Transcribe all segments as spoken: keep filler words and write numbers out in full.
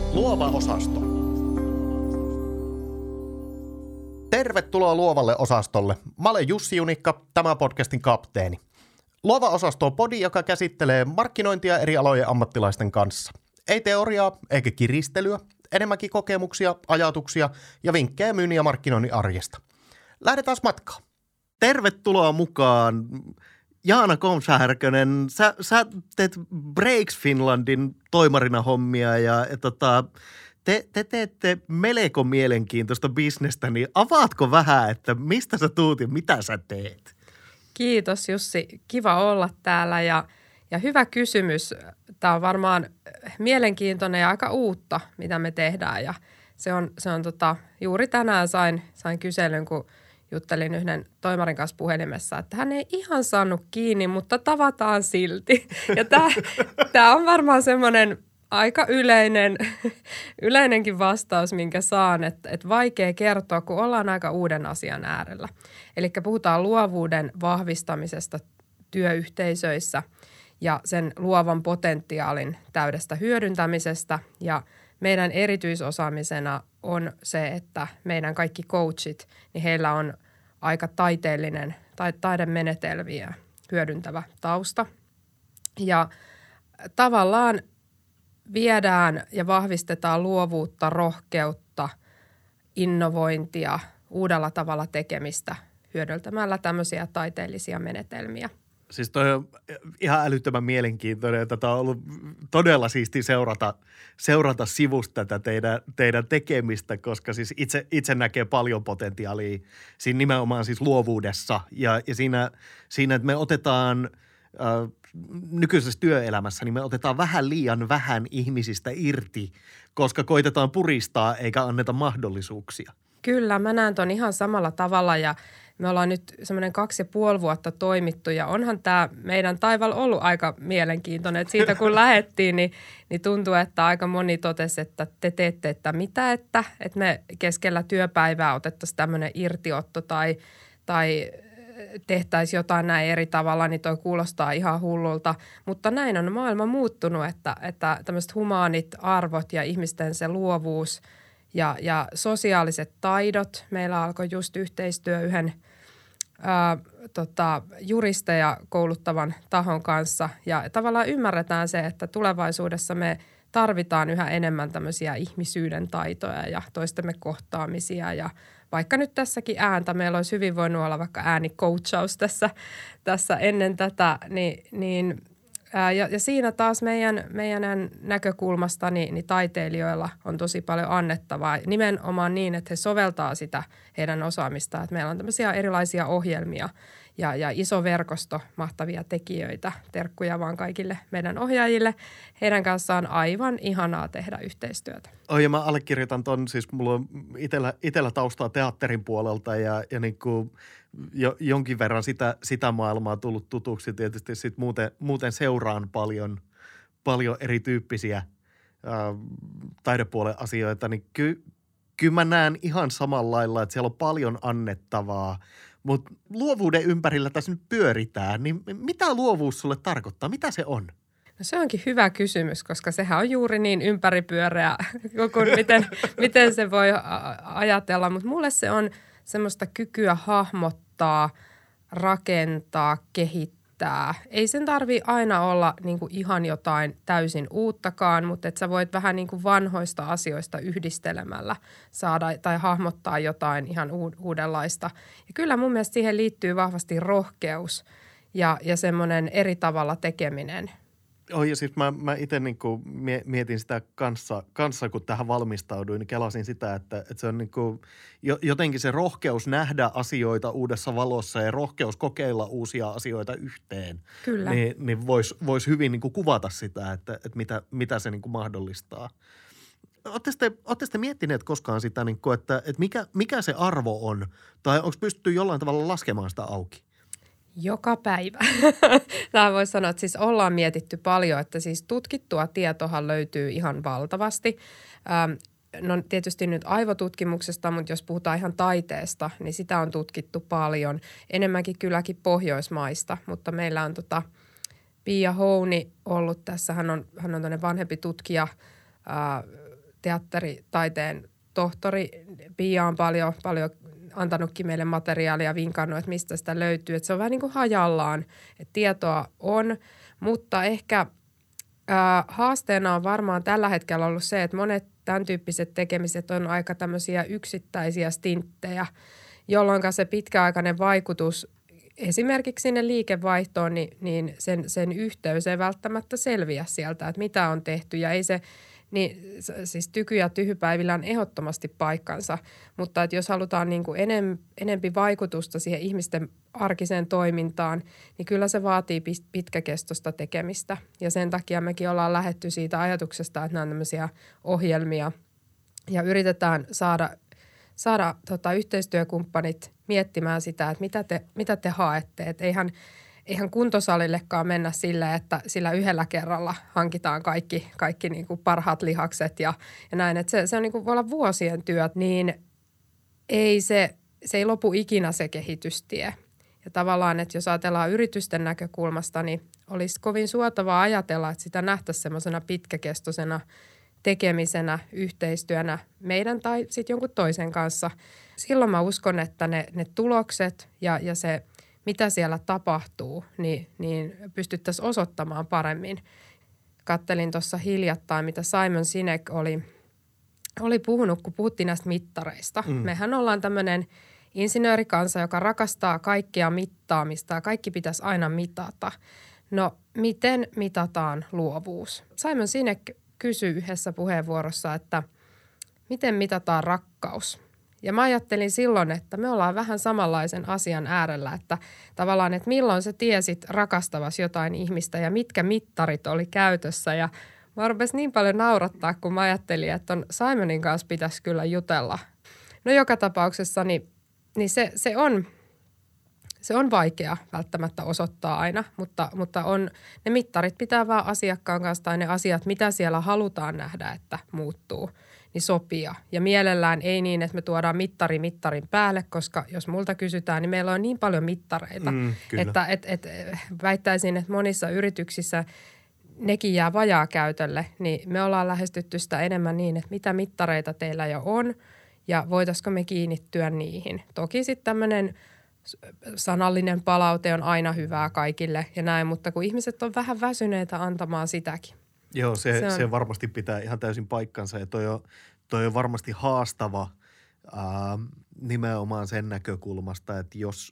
Luova osasto. Tervetuloa Luovalle osastolle. Mä olen Jussi Junikka, tämä podcastin kapteeni. Luova osasto on podi, joka käsittelee markkinointia eri alojen ammattilaisten kanssa. Ei teoriaa eikä kiristelyä, enemmänkin kokemuksia, ajatuksia ja vinkkejä myynnin ja markkinoinnin arjesta. Lähdetään matkaan. Tervetuloa mukaan. Jaana Komsahärkönen, sä, sä teet Breaks Finlandin toimarina hommia ja, ja tota, te, te teette melko mielenkiintoista bisnestä, niin avaatko vähän, että mistä sä tuut ja mitä sä teet? Kiitos Jussi, kiva olla täällä ja, ja hyvä kysymys. Tämä on varmaan mielenkiintoinen ja aika uutta, mitä me tehdään ja se on, se on tota, juuri tänään sain, sain kyselyn, kun juttelin yhden toimarin kanssa puhelimessa, että hän ei ihan saanut kiinni, mutta tavataan silti. Ja tämä, tämä on varmaan semmoinen aika yleinen, yleinenkin vastaus, minkä saan, että, että vaikea kertoa, kun ollaan aika uuden asian äärellä. Eli puhutaan luovuuden vahvistamisesta työyhteisöissä ja sen luovan potentiaalin täydestä hyödyntämisestä ja meidän erityisosaamisena on se, että meidän kaikki coachit, niin heillä on aika taiteellinen tai taidemenetelmiä hyödyntävä tausta. Ja tavallaan viedään ja vahvistetaan luovuutta, rohkeutta, innovointia, uudella tavalla tekemistä hyödyntämällä tämmöisiä taiteellisia menetelmiä. Siis toi on ihan älyttömän mielenkiintoinen. Tätä on ollut todella siistiä seurata, seurata sivusta tätä teidän, teidän tekemistä, koska siis itse, itse näkee paljon potentiaalia siinä nimenomaan siis luovuudessa ja, ja siinä, siinä, että me otetaan äh, nykyisessä työelämässä, niin me otetaan vähän liian vähän ihmisistä irti, koska koitetaan puristaa eikä anneta mahdollisuuksia. Kyllä, mä näen ton ihan samalla tavalla ja me ollaan nyt semmoinen kaksi ja puoli vuotta toimittu ja onhan tämä meidän taival ollut aika mielenkiintoinen. Et siitä kun lähdettiin, niin, niin tuntuu, että aika moni totesi, että te teette, että mitä, että, että me keskellä työpäivää otettaisiin tämmöinen irtiotto tai, tai tehtäisiin jotain näin eri tavalla, niin toi kuulostaa ihan hullulta. Mutta näin on maailma muuttunut, että, että tämmöiset humaanit arvot ja ihmisten se luovuus Ja, ja sosiaaliset taidot. Meillä alkoi just yhteistyö yhden ää, tota, juristeja kouluttavan tahon kanssa. Ja tavallaan ymmärretään se, että tulevaisuudessa me tarvitaan yhä enemmän tämmöisiä ihmisyyden taitoja ja toistemme kohtaamisia. Ja vaikka nyt tässäkin ääntä, meillä olisi hyvin voinut olla vaikka äänikouchaus tässä, tässä ennen tätä, niin, niin Ja, ja siinä taas meidän, meidän näkökulmasta niin, niin taiteilijoilla on tosi paljon annettavaa. Nimenomaan niin, että he soveltaa sitä heidän osaamistaan. Että meillä on tämmöisiä erilaisia ohjelmia ja, ja iso verkosto mahtavia tekijöitä. Terkkuja vaan kaikille meidän ohjaajille. Heidän kanssaan aivan ihanaa tehdä yhteistyötä. Oh, ja mä allekirjoitan ton, siis mulla on itellä, itellä taustaa teatterin puolelta ja, ja niin kuin jo, jonkin verran sitä, sitä maailmaa tullut tutuksi. Tietysti sit muuten, muuten seuraan paljon, paljon erityyppisiä ää, taidepuolen asioita, niin ky, kyllä mä näen ihan samalla lailla, että siellä on paljon annettavaa. Mutta luovuuden ympärillä tässä nyt pyöritään, niin mitä luovuus sulle tarkoittaa? Mitä se on? No se onkin hyvä kysymys, koska sehän on juuri niin ympäripyöreä kuin miten, miten se voi ajatella. Mutta mulle se on semmoista kykyä hahmottaa, rakentaa, kehittää. Ei sen tarvitse aina olla niin kuin ihan jotain täysin uuttakaan, mutta että sä voit vähän niin kuin vanhoista asioista yhdistelemällä saada tai hahmottaa jotain ihan uudenlaista. Ja kyllä mun mielestä siihen liittyy vahvasti rohkeus ja, ja semmoinen eri tavalla tekeminen. Oh, ja siis mä, mä itse niin kuin mietin sitä kanssa, kanssa, kun tähän valmistauduin, niin kelasin sitä, että, että se on niin kuin jotenkin se rohkeus nähdä asioita uudessa valossa ja rohkeus kokeilla uusia asioita yhteen. Kyllä. Niin, niin voisi vois hyvin niin kuin kuvata sitä, että, että mitä, mitä se niin kuin mahdollistaa. Oletteko te miettineet koskaan sitä, niin kuin, että, että mikä, mikä se arvo on? Tai onko pystytty jollain tavalla laskemaan sitä auki? Joka päivä. Tämä voi sanoa, että siis ollaan mietitty paljon, että siis tutkittua tietohan löytyy ihan valtavasti. Ähm, no tietysti nyt aivotutkimuksesta, mutta jos puhutaan ihan taiteesta, niin sitä on tutkittu paljon. Enemmänkin kylläkin Pohjoismaista, mutta meillä on tota Pia Houni ollut tässä. Hän on, hän on tämmöinen vanhempi tutkija, äh, teatteritaiteen tohtori Pia on paljon, paljon antanutkin meille materiaalia, vinkannut, että mistä sitä löytyy. Että se on vähän niin kuin hajallaan, että tietoa on, mutta ehkä ää, haasteena on varmaan tällä hetkellä ollut se, että monet tämän tyyppiset tekemiset on aika tämmöisiä yksittäisiä stinttejä, jolloin se pitkäaikainen vaikutus esimerkiksi sinne liikevaihtoon, niin, niin sen, sen yhteys ei välttämättä selviä sieltä, että mitä on tehty ja ei se, niin siis tyky- ja tyhjypäivillä on ehdottomasti paikkansa, mutta että jos halutaan niin kuin enem, enempi vaikutusta siihen ihmisten arkiseen toimintaan, niin kyllä se vaatii pitkäkestoista tekemistä ja sen takia mekin ollaan lähdetty siitä ajatuksesta, että nämä on tämmöisiä ohjelmia ja yritetään saada saada tota, yhteistyökumppanit miettimään sitä, että mitä te, mitä te haette. Et eihän, eihän kuntosalillekaan mennä sillä, että sillä yhdellä kerralla hankitaan kaikki, kaikki niin kuin parhaat lihakset ja, ja näin. Et se, se on niin kuin, voi olla vuosien työt, niin ei se, se ei lopu ikinä se kehitystie. Ja tavallaan, että jos ajatellaan yritysten näkökulmasta, niin olisi kovin suotavaa ajatella, että sitä nähtäisiin semmoisena pitkäkestoisena tekemisenä, yhteistyönä meidän tai sitten jonkun toisen kanssa. Silloin mä uskon, että ne, ne tulokset ja, ja se, mitä siellä tapahtuu, niin, niin pystyttäisiin osoittamaan paremmin. Kattelin tuossa hiljattain, mitä Simon Sinek oli, oli puhunut, kun puhuttiin näistä mittareista. Mm. Mehän ollaan tämmöinen insinöörikansa, joka rakastaa kaikkea mittaamista ja kaikki pitäisi aina mitata. No, miten mitataan luovuus? Simon Sinek kysyi yhdessä puheenvuorossa, että miten mitataan rakkaus. Ja mä ajattelin silloin, että me ollaan vähän samanlaisen asian äärellä, että tavallaan, että milloin sä tiesit rakastavasi jotain ihmistä ja mitkä mittarit oli käytössä. Ja mä rupesin niin paljon naurattaa, kun mä ajattelin, että on Simonin kanssa pitäisi kyllä jutella. No joka tapauksessa, niin, niin se, se on... Se on vaikea välttämättä osoittaa aina, mutta, mutta on, ne mittarit pitää vaan asiakkaan kanssa tai ne asiat, mitä siellä halutaan nähdä, että muuttuu, niin sopia. Ja mielellään ei niin, että me tuodaan mittari mittarin päälle, koska jos multa kysytään, niin meillä on niin paljon mittareita, mm, että et, et, väittäisin, että monissa yrityksissä nekin jää vajaa käytölle, niin me ollaan lähestytty sitä enemmän niin, että mitä mittareita teillä jo on ja voitaisiko me kiinnittyä niihin. Toki sitten tämmöinen sanallinen palaute on aina hyvää kaikille ja näin, mutta kun ihmiset on vähän väsyneitä antamaan sitäkin. Joo, se, se, se varmasti pitää ihan täysin paikkansa ja toi on, toi on varmasti haastava ää, nimenomaan sen näkökulmasta, että jos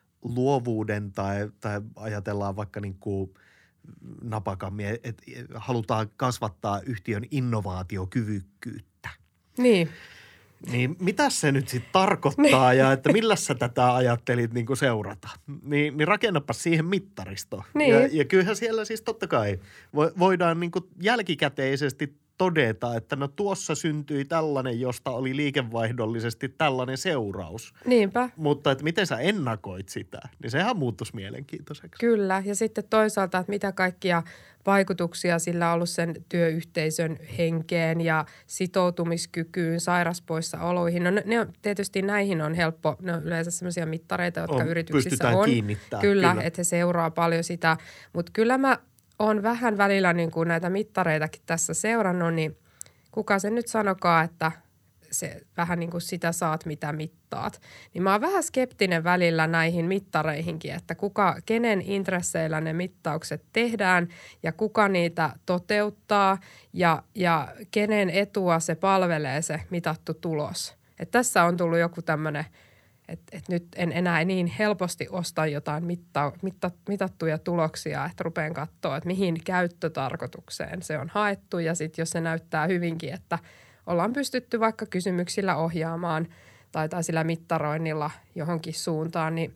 luovuuden tai, tai ajatellaan vaikka niin kuin napakammin, että halutaan kasvattaa yhtiön innovaatiokyvykkyyttä. Niin. Niin mitä se nyt sitten tarkoittaa ja että millä sä tätä ajattelit niin kuin seurata? Niin, niin rakennapa siihen mittaristo. Niin. Ja, ja kyllähän siellä siis totta kai voidaan niin kuin jälkikäteisesti todeta, että no tuossa syntyi tällainen, josta oli liikevaihdollisesti tällainen seuraus. Niinpä. Mutta että miten sä ennakoit sitä, niin sehän muuttuisi mielenkiintoiseksi. Kyllä ja sitten toisaalta, että mitä kaikkia vaikutuksia sillä on ollut sen työyhteisön henkeen ja sitoutumiskykyyn, sairaspoissaoloihin. No ne on, tietysti näihin on helppo, ne on yleensä sellaisia mittareita, jotka on, yrityksissä on. Kiinnittämään. Kyllä, kyllä, että he seuraa paljon sitä, mutta kyllä mä olen vähän välillä niin kuin näitä mittareitakin tässä seurannut, niin kuka se nyt sanokaa, että se vähän niin kuin sitä saat, mitä mittaat. Niin mä oon vähän skeptinen välillä näihin mittareihinkin, että kuka, kenen intresseillä ne mittaukset tehdään ja kuka niitä toteuttaa ja, ja kenen etua se palvelee se mitattu tulos. Että tässä on tullut joku tämmöinen, että, että nyt en enää niin helposti osta jotain mitta, mitta, mitattuja tuloksia, että rupean katsoa, että mihin käyttötarkoitukseen se on haettu ja sitten jos se näyttää hyvinkin, että ollaan pystytty vaikka kysymyksillä ohjaamaan tai, tai sillä mittaroinnilla johonkin suuntaan, niin,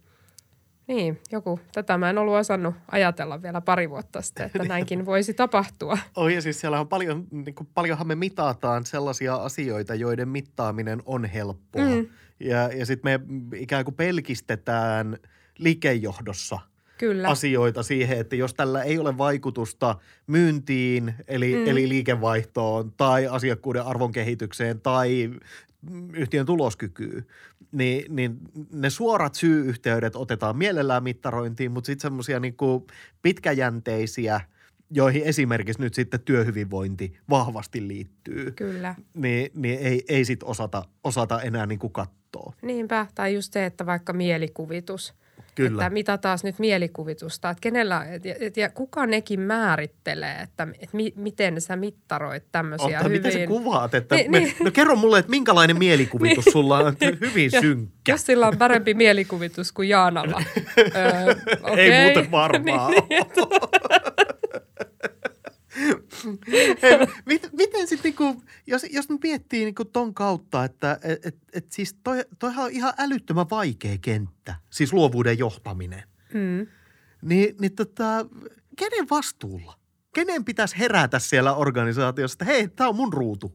niin joku, tätä mä en ollut osannut ajatella vielä pari vuotta sitten, että näinkin voisi tapahtua. Oh, ja siis siellä on paljon, niin kuin paljonhan me mitataan sellaisia asioita, joiden mittaaminen on helppoa. Mm. Ja, ja sitten me ikään kuin pelkistetään liikejohdossa Kyllä. asioita siihen, että jos tällä ei ole vaikutusta myyntiin, eli, mm. eli liikevaihtoon tai asiakkuuden arvonkehitykseen tai yhtiön tuloskykyyn, niin, niin ne suorat syy-yhteydet otetaan mielellään mittarointiin, mutta sitten semmoisia niin kuin pitkäjänteisiä joihin esimerkiksi nyt sitten työhyvinvointi vahvasti liittyy. Kyllä. Niin, niin ei, ei sit osata, osata enää niin kuin katsoa. Niinpä, tai just se, että vaikka mielikuvitus. Kyllä. Että mitä taas nyt mielikuvitusta, että kenellä, et, et, ja kuka nekin määrittelee, että et mi, miten sä mittaroit tämmöisiä Ota, hyvin. miten sä kuvaat, että Ni, me, niin. no kerro mulle, että minkälainen mielikuvitus sulla on, hyvin synkkä. Jos sillä on parempi mielikuvitus kuin Jaanalla. öö, okay. Ei muuten varmaan niin, niin, Hei, mit, miten sitten, niinku, jos, jos nyt miettii niinku ton kautta, että et, et, et siis toi, toihan on ihan älyttömän vaikea kenttä, siis luovuuden johtaminen. mm. Ni, niin tota, kenen vastuulla? Kenen pitäisi herätä siellä organisaatiossa, että hei, tämä on mun ruutu?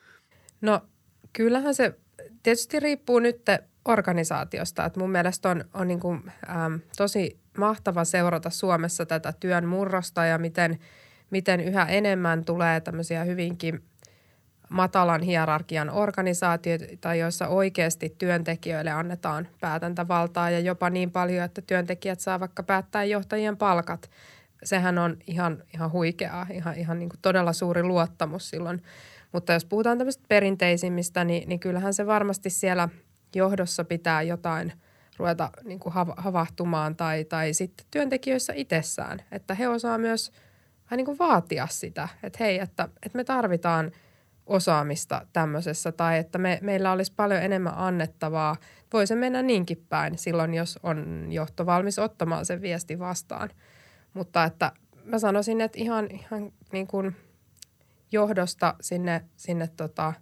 No kyllähän se tietysti riippuu nyt organisaatiosta. Että mun mielestä on, on niin kuin, äm, tosi mahtava seurata Suomessa tätä työn murrosta ja miten, miten yhä enemmän tulee tämmöisiä hyvinkin matalan hierarkian organisaatioita, joissa oikeasti työntekijöille annetaan päätäntävaltaa ja jopa niin paljon, että työntekijät saa vaikka päättää johtajien palkat. Sehän on ihan, ihan huikeaa, ihan, ihan niin kuin todella suuri luottamus silloin. Mutta jos puhutaan tämmöistä perinteisimmistä, niin, niin kyllähän se varmasti siellä johdossa pitää jotain ruveta niin kuin havahtumaan tai, tai sitten työntekijöissä itsessään. Että he osaa myös vähän niin kuin vaatia sitä, että hei, että, että me tarvitaan osaamista tämmöisessä tai että me, meillä olisi paljon enemmän annettavaa. Voi se mennä niinkin päin silloin, jos on johto valmis ottamaan sen viesti vastaan. Mutta että mä sanoisin, että ihan, ihan niin kuin johdosta sinne, sinne tota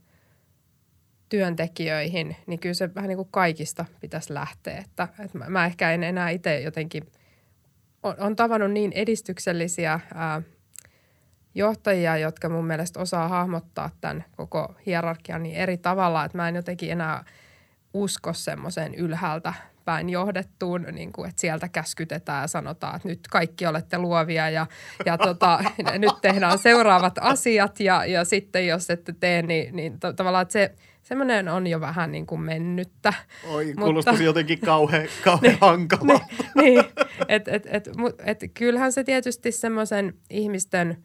työntekijöihin, niin kyllä se vähän niin kuin kaikista pitäisi lähteä. Että, että mä, mä ehkä en enää itse jotenkin, on, on tavannut niin edistyksellisiä ää, johtajia, jotka mun mielestä osaa hahmottaa tämän koko hierarkian niin eri tavalla, että mä en jotenkin enää usko semmoiseen ylhäältä päin johdettuun, niin kuin, että sieltä käskytetään ja sanotaan, että nyt kaikki olette luovia ja, ja tota, nyt tehdään seuraavat asiat ja, ja sitten jos ette tee, niin, niin to, tavallaan että se semmoinen on jo vähän niin kuin mennyttä. Oi, kuulostaisi jotenkin kauhean, kauhean niin, hankalalta. Niin, että et, et, et, kyllähän se tietysti semmoisen ihmisten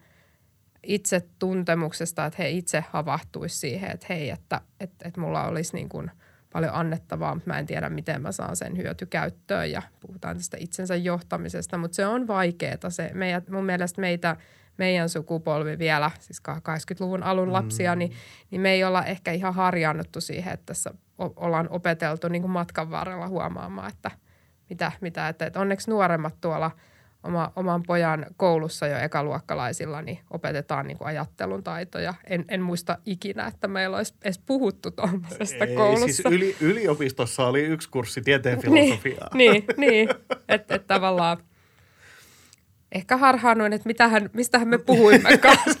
itsetuntemuksesta, että he itse havahtuisi siihen, että hei, että et, et mulla olisi niin kuin paljon annettavaa, mutta mä en tiedä, miten mä saan sen hyötykäyttöön ja puhutaan tästä itsensä johtamisesta, mutta se on vaikeaa. Se meidät, mun mielestä meitä, meidän sukupolvi vielä, siis kahdeksankymmentäluvun alun lapsia, mm. niin, niin me ei olla ehkä ihan harjaannuttu siihen, että tässä ollaan opeteltu niin kuin matkan varrella huomaamaan, että mitä, mitä että, että onneksi nuoremmat tuolla Oma, oman pojan koulussa jo ekaluokkalaisilla niin opetetaan niin kuin ajattelun taitoja. En, en muista ikinä, että meillä olisi edes puhuttu tuollaisesta koulussa. Siis yli, yliopistossa oli yksi kurssi tieteen filosofiaa. niin, niin, niin. että et tavallaan ehkä harhaannuin, että mitähän, mistähän me puhuimme kanssa.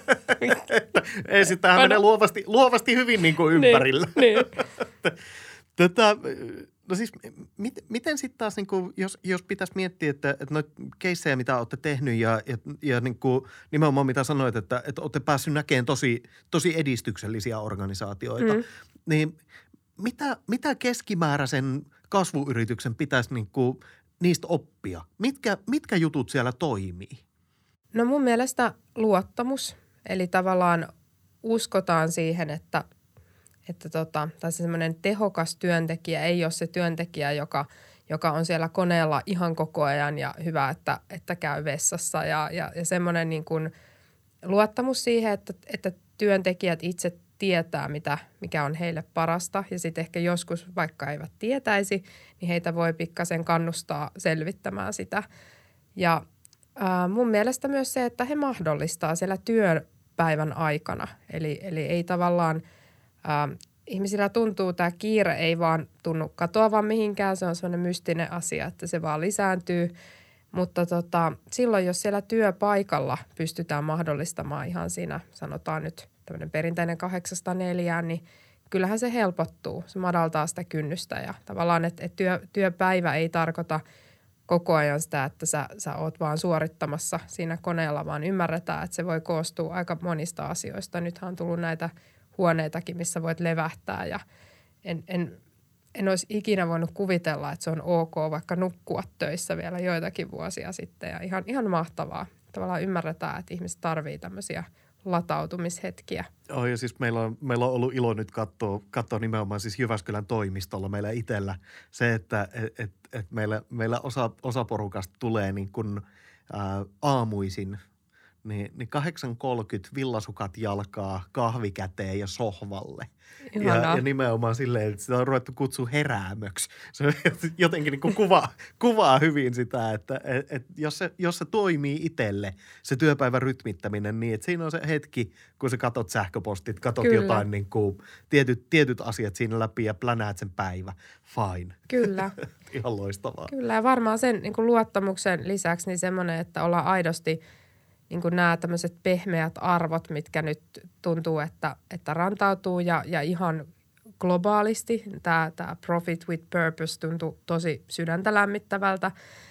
Ei, sitähän menee luovasti, luovasti hyvin niin kuin ympärillä. Niin, niin. Tätä, no siis mit, miten sitten taas, niin kuin, jos, jos pitäisi miettiä, että, että noita keissejä, mitä olette tehnyt ja, ja, ja niin kuin, nimenomaan mitä sanoit, että, että olette päässyt näkemään tosi, tosi edistyksellisiä organisaatioita, mm. niin mitä, mitä keskimääräisen kasvuyrityksen pitäisi niin kuin, niistä oppia? Mitkä, mitkä jutut siellä toimii? No mun mielestä luottamus, eli tavallaan uskotaan siihen, että Että tota, tai semmoinen tehokas työntekijä ei ole se työntekijä, joka, joka on siellä koneella ihan koko ajan ja hyvä, että, että käy vessassa. Ja, ja, ja semmoinen niin kuin luottamus siihen, että, että työntekijät itse tietää, mitä, mikä on heille parasta. Ja sitten ehkä joskus, vaikka eivät tietäisi, niin heitä voi pikkasen kannustaa selvittämään sitä. Ja ää, mun mielestä myös se, että he mahdollistaa siellä työpäivän aikana. Eli, eli ei tavallaan Äh, ihmisillä tuntuu, tämä kiire ei vaan tunnu katoavan mihinkään, se on sellainen mystinen asia, että se vaan lisääntyy. Mutta tota, silloin, jos siellä työpaikalla pystytään mahdollistamaan ihan siinä, sanotaan nyt tämmöinen perinteinen kahdeksasta neljään, niin kyllähän se helpottuu, se madaltaa sitä kynnystä ja tavallaan, että, että työ, työpäivä ei tarkoita koko ajan sitä, että sä, sä oot vaan suorittamassa siinä koneella, vaan ymmärretään, että se voi koostua aika monista asioista. Nythän on tullut näitä huoneitakin, missä voit levähtää ja en, en, en olisi ikinä voinut kuvitella, että se on ok vaikka nukkua töissä vielä joitakin vuosia sitten ja ihan, ihan mahtavaa. tavallaan ymmärretään, että ihmiset tarvitsee tämmöisiä latautumishetkiä. Oh, ja siis meillä on, meillä on ollut ilo nyt katsoa, katsoa nimenomaan siis Jyväskylän toimistolla meillä itsellä se, että et, et, et meillä, meillä osa, osa porukasta tulee niin kuin ää, aamuisin, niin, niin kahdeksan kolmekymmentä villasukat jalkaa, kahvi käteen ja sohvalle. Ja, ja nimenomaan silleen, että sitä on ruvettu kutsua heräämöksi. Se jotenkin niin kuin kuvaa, kuvaa hyvin sitä, että et, et jos, se, jos se toimii itselle, se työpäivän rytmittäminen niin, että siinä on se hetki, kun sä katot sähköpostit, katot Kyllä. jotain niin kuin tietyt, tietyt asiat siinä läpi ja plänäät sen päivä. Fine. Kyllä. Ihan loistavaa. Kyllä ja varmaan sen niin kuin luottamuksen lisäksi niin semmoinen, että ollaan aidosti niin kuin nämä tämmöiset pehmeät arvot, mitkä nyt tuntuu, että, että rantautuu ja, ja ihan globaalisti. Tämä, tämä profit with purpose tuntuu tosi sydäntä lämmittävältä.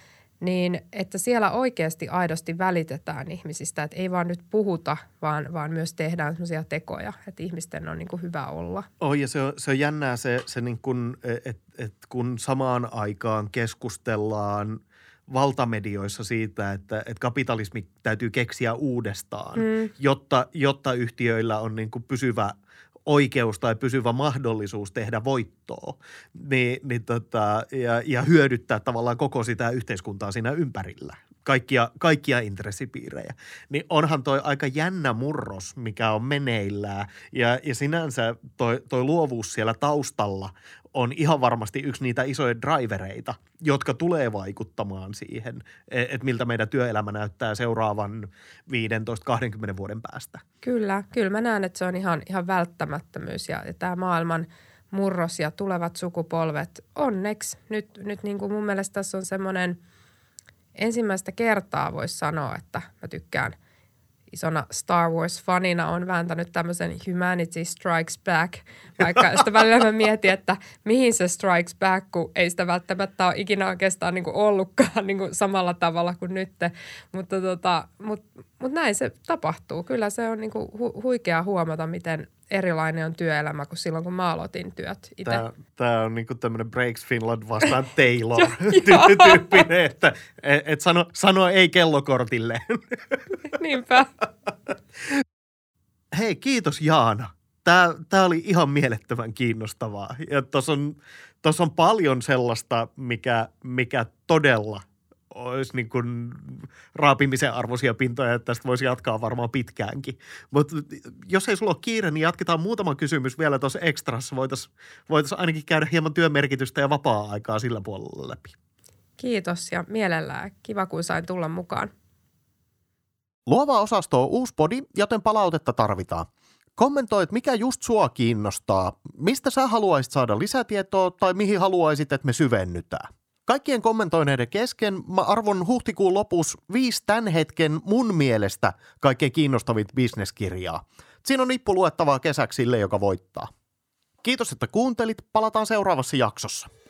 Niin, että siellä oikeasti aidosti välitetään ihmisistä, että ei vaan nyt puhuta, vaan, vaan myös tehdään semmoisia tekoja, että ihmisten on niin kuin hyvä olla. Oh, ja se on, se on jännää se, se niin kuin, että et kun samaan aikaan keskustellaan valtamedioissa siitä, että, että kapitalismi täytyy keksiä uudestaan, mm. jotta, jotta yhtiöillä on niin kuin pysyvä oikeus tai pysyvä mahdollisuus tehdä voittoa niin, niin tota, ja, ja hyödyttää tavallaan koko sitä yhteiskuntaa siinä ympärillä. Kaikkia, kaikkia intressipiirejä. Niin onhan toi aika jännä murros, mikä on meneillään ja, ja sinänsä toi, toi luovuus siellä taustalla on ihan varmasti yksi niitä isoja drivereita, jotka tulee vaikuttamaan siihen, että miltä meidän työelämä näyttää seuraavan viisitoista kaksikymmentä vuoden päästä. Kyllä, kyllä mä näen, että se on ihan, ihan välttämättömyys ja, ja tämä maailman murros ja tulevat sukupolvet onneksi. Nyt, nyt niin kuin mun mielestä tässä on semmoinen ensimmäistä kertaa voisi sanoa, että mä tykkään isona Star Wars-fanina on vääntänyt tämmöisen Humanity Strikes Back, vaikka sitä välillä mä mietin, että mihin se strikes back, kun ei sitä välttämättä ole ikinä oikeastaan niin kuin ollutkaan niin kuin samalla tavalla kuin nyt. Mutta tota, mut, mut näin se tapahtuu. Kyllä se on niin kuin hu- huikea huomata, miten erilainen on työelämä kuin silloin, kun mä aloitin työt itse. Tämä, tämä on niin kuin tämmöinen Breaks Finland vastaan Taylor-tyyppinen, että et sano, sano ei kellokortille. Niinpä. Hei, kiitos Jaana. Tämä, tämä oli ihan mielettömän kiinnostavaa. Ja tuossa on, tuossa on paljon sellaista, mikä, mikä todella olisi niin kuin raapimisen arvoisia pintoja, että tästä voisi jatkaa varmaan pitkäänkin. Mutta jos ei sulla ole kiire, niin jatketaan muutama kysymys vielä tuossa ekstrassa. Voitaisiin voitais ainakin käydä hieman työmerkitystä ja vapaa-aikaa sillä puolella läpi. Kiitos ja mielellään. Kiva, kun sain tulla mukaan. Luova osasto on uusi podi, joten palautetta tarvitaan. Kommentoit, mikä just sua kiinnostaa, mistä sä haluaisit saada lisätietoa tai mihin haluaisit, että me syvennytään. Kaikkien kommentoineiden kesken mä arvon huhtikuun lopussa viisi tämän hetken mun mielestä kaikkein kiinnostavit bisneskirjaa. Siinä on nippu luettavaa kesäksi sille, joka voittaa. Kiitos, että kuuntelit. Palataan seuraavassa jaksossa.